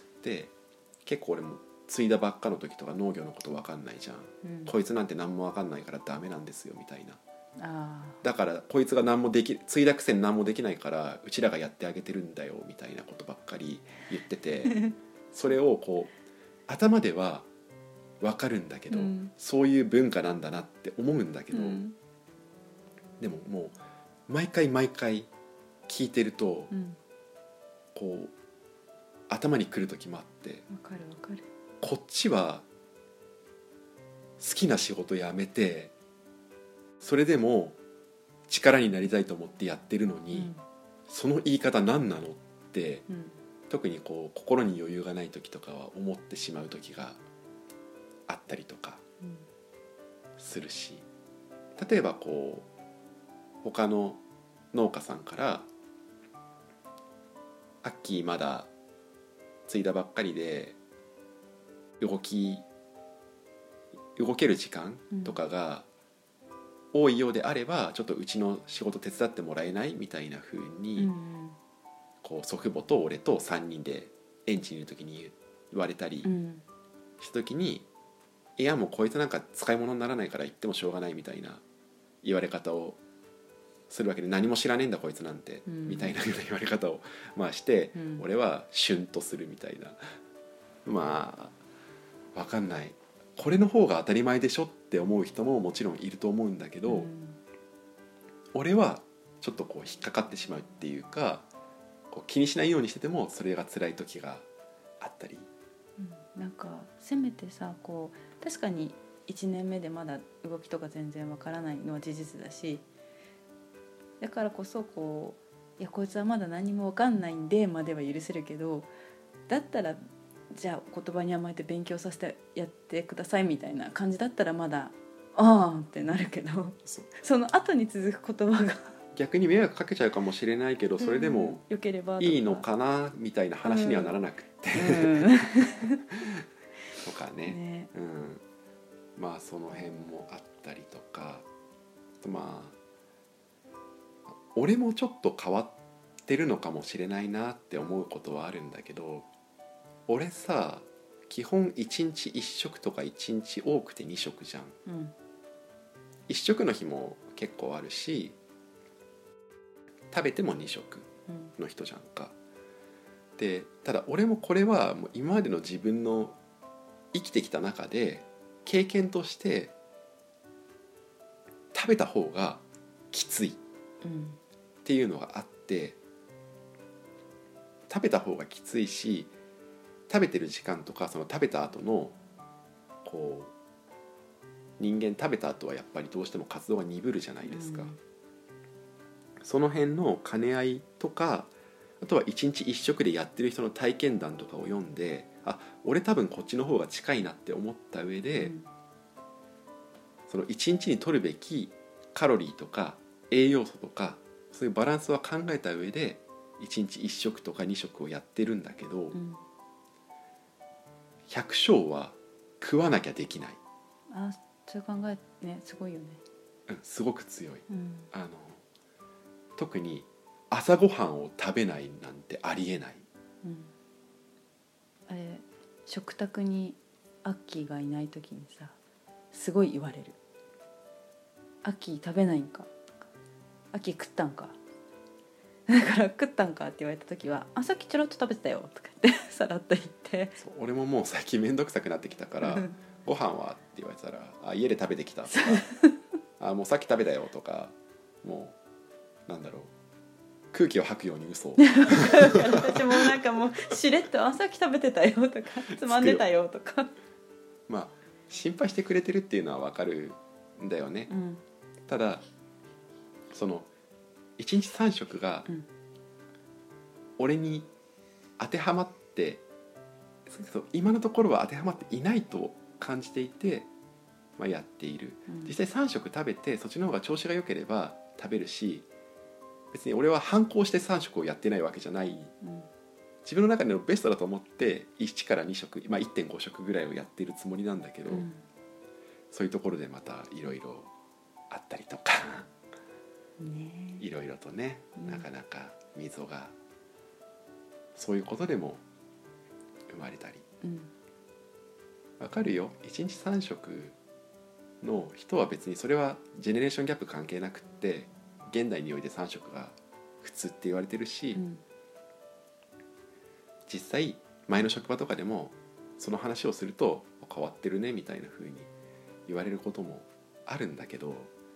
結構俺も継いだばっかの時とか農業のこと分かんないじゃん、うん、こいつなんて何も分かんないからダメなんですよみたいな、だからこいつが何も継いだくせに何もできないからうちらがやってあげてるんだよみたいなことばっかり言っててそれをこう頭では分かるんだけど、うん、そういう文化なんだなって思うんだけど、うん、でももう毎回聞いてると、うん、こう頭にくる時もあって、 分かるこっちは好きな仕事辞めてそれでも力になりたいと思ってやってるのに、うん、その言い方何なのって、うん、特にこう心に余裕がない時とかは思ってしまう時があったりとかするし、例えばこう他の農家さんからアッキーまだ継いだばっかりで動ける時間とかが多いようであればちょっとうちの仕事手伝ってもらえないみたいな風に、こう祖父母と俺と3人で園地にいる時に言われたりした時に、いやもうこいつなんか使い物にならないから言ってもしょうがないみたいな言われ方をするわけで、何も知らねえんだこいつなんて、みたいな言われ方をまあして、俺はシュンとするみたいな、まあ分かんない、これの方が当たり前でしょって思う人ももちろんいると思うんだけど、俺はちょっとこう引っかかってしまうっていうか、こう気にしないようにしててもそれが辛い時があったり、 なんかせめてさ、こう確かに1年目でまだ動きとか全然わからないのは事実だし、だからこそこういやこいつはまだ何もわかんないんでまでは許せるけど、だったらじゃあ言葉に甘えて勉強させてやってくださいみたいな感じだったらまだああってなるけど、その後に続く言葉が逆に迷惑かけちゃうかもしれないけど、それでもいいのかなみたいな話にはならなくって、とかね、まあその辺もあったりとか、まあ俺もちょっと変わってるのかもしれないなって思うことはあるんだけど、俺さ基本1日1食とか1日多くて2食じゃん、1食の日も結構あるし食べても2食の人じゃんか、でただ俺もこれはもう今までの自分の生きてきた中で経験として食べた方がきついっていうのがあって、食べた方がきついし、食べてる時間とかその食べた後のこう人間食べた後はやっぱりどうしても活動が鈍るじゃないですか、その辺の兼ね合いとか、あとは一日一食でやってる人の体験談とかを読んで、あ、俺多分こっちの方が近いなって思った上で、その一日に摂るべきカロリーとか栄養素とかそういうバランスは考えた上で一日一食とか二食をやってるんだけど、百姓は食わなきゃできない。 あ、そういう考えね、すごいよね。 すごく強い、特に朝ごはんを食べないなんてありえない、 あれ食卓にアッキーがいない時にさすごい言われる。アッキー食べないんか、アッキー食ったんかだから食ったんかって言われた時は、あ、さっきちょろっと食べてたよとか言っってさらっと言って、 そう俺ももう最近めんどくさくなってきたからご飯はって言われたら家で食べてきたとかもうさっき食べたよとか、もうなんだろう、空気を吐くように嘘を私もなんかもうしれっとさっき食べてたよとかつまんでたよとかまあ心配してくれてるっていうのは分かるんだよね、うん、ただその1日3食が俺に当てはまって、今のところは当てはまっていないと感じていて、やっている、うん、実際3食食べてそっちの方が調子が良ければ食べるし、別に俺は反抗して3食をやってないわけじゃない、うん、自分の中でのベストだと思って1から2食、1.5 食ぐらいをやっているつもりなんだけど、うん、そういうところでまたいろいろあったりとかいろいろとね、なかなか溝がそういうことでも生まれたり、わかるよ、1日3食の人は別にそれはジェネレーションギャップ関係なくって現代において3食が普通って言われてるし、実際前の職場とかでもその話をすると変わってるねみたいな風に言われることもあるんだけど、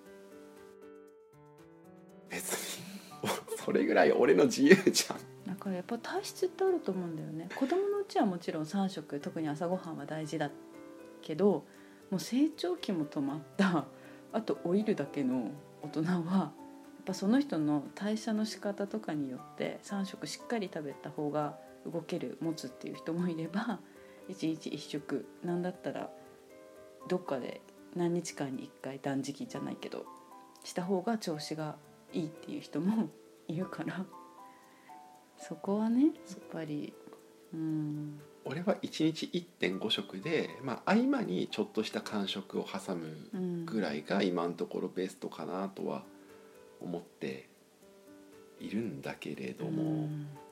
別にそれぐらい俺の自由じゃん。 だからやっぱ体質ってあると思うんだよね。子供のうちはもちろん3食、特に朝ごはんは大事だけど、もう成長期も止まったあと老いるだけの大人はやっぱその人の代謝の仕方とかによって3食しっかり食べた方が動ける、持つっていう人もいれば、1日1食なんだったらどっかで何日間に1回断食じゃないけどした方が調子がいいっていう人もいるから、そこはねやっぱり、 俺は1日 1.5 食で、合間にちょっとした間食を挟むぐらいが今のところベストかなとは思っているんだけれども、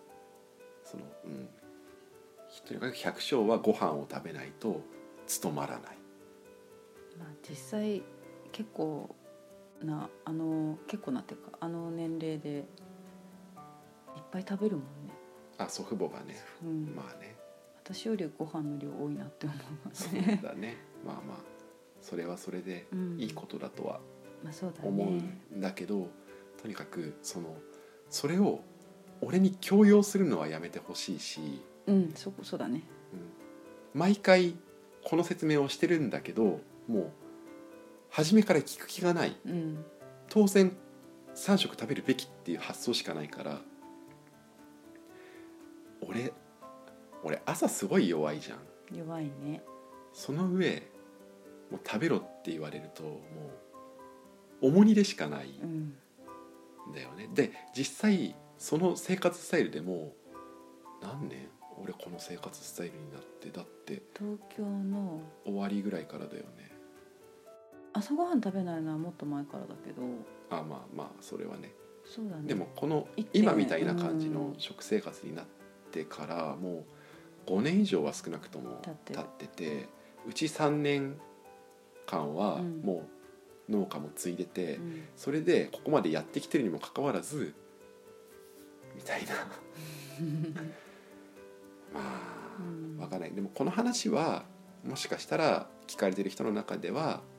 とにかく100勝はご飯を食べないと務まらない。 実際結構なっていうか年齢でいっぱい食べるもんね。 祖父母がね、ね、 私よりご飯の量多いなって思う、 そうだね。それはそれでいいことだとは思うんだけど、とにかくそれを俺に強要するのはやめてほしいし、 そうだね、 毎回この説明をしてるんだけど、もう初めから聞く気がない、当然3食食べるべきっていう発想しかないから、俺朝すごい弱いじゃん。 弱いね。 その上もう食べろって言われるともう重荷でしかないんだよね、で実際その生活スタイルでも何年俺この生活スタイルになって、だって東京の終わりぐらいからだよね。 朝ごはん食べないのはもっと前からだけど、 それはね。 そうだね。 でもこの今みたいな感じの食生活になってからもう5年以上は少なくとも経ってて、うち3年間はもう農家も継いでて、それでここまでやってきてるにもかかわらずみたいな分かんない。でもこの話はもしかしたら聞かれてる人の中で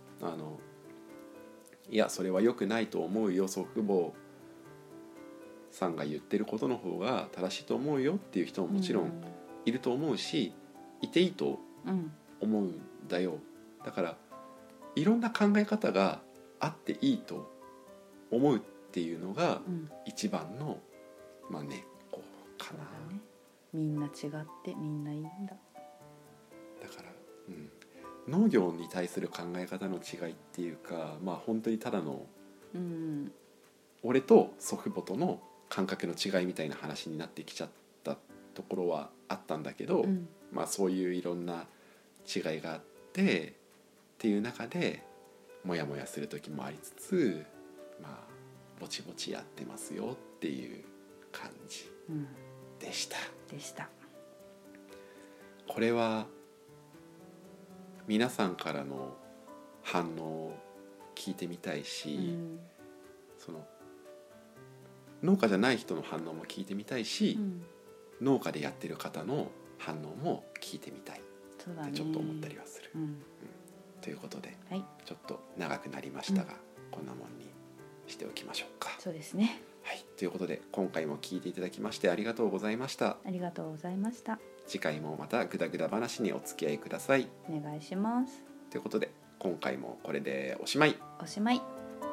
はいやそれは良くないと思うよ、祖父母さんが言ってることの方が正しいと思うよっていう人ももちろんいると思うし、いていいと思うんだよ。だからいろんな考え方があっていいと思うっていうのが一番の根っこかな、 ね、みんな違ってみんないいんだ。 だから、農業に対する考え方の違いっていうか、本当にただの、俺と祖父母との感覚の違いみたいな話になってきちゃったところはあったんだけど、そういういろんな違いがあってっていう中でモヤモヤする時もありつつ、ぼちぼちやってますよっていう感じでした、これは皆さんからの反応を聞いてみたいし、その農家じゃない人の反応も聞いてみたいし、 農家でやってる方の反応も聞いてみたいそうだね、 ってちょっと思ったりはする、ということで、はい、ちょっと長くなりましたが、こんなもんにしておきましょうか。 そうですね。 はい、ということで今回も聞いていただきましてありがとうございました。 ありがとうございました。 次回もまたグダグダ話にお付き合いください。 お願いします。 ということで今回もこれでおしまい。 おしまい。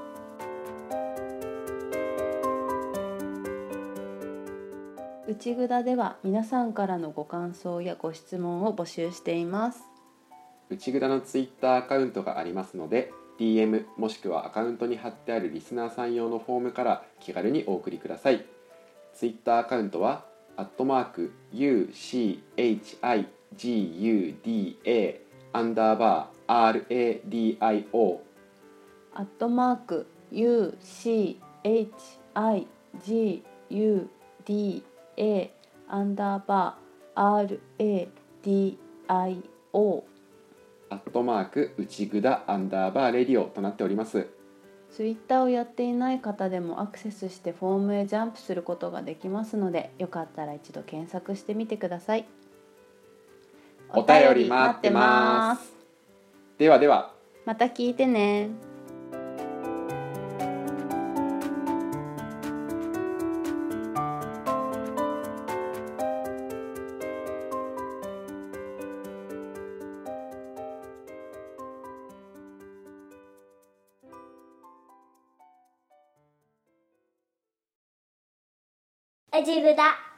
内ぐだでは皆さんからのご感想やご質問を募集しています。 内ぐだのツイッターアカウントがありますので DM もしくはアカウントに貼ってあるリスナーさん用のフォームから気軽にお送りください。ツイッターアカウントは@UCHIGUDA _RADIO @UCHIGUDA_RADIO 内ぐだレディオとなっております。 ツイッターをやっていない方でもアクセスしてフォームへジャンプすることができますので、よかったら一度検索してみてください。 お便り待ってます。ではでは、 また聞いてね。 内ぐだ。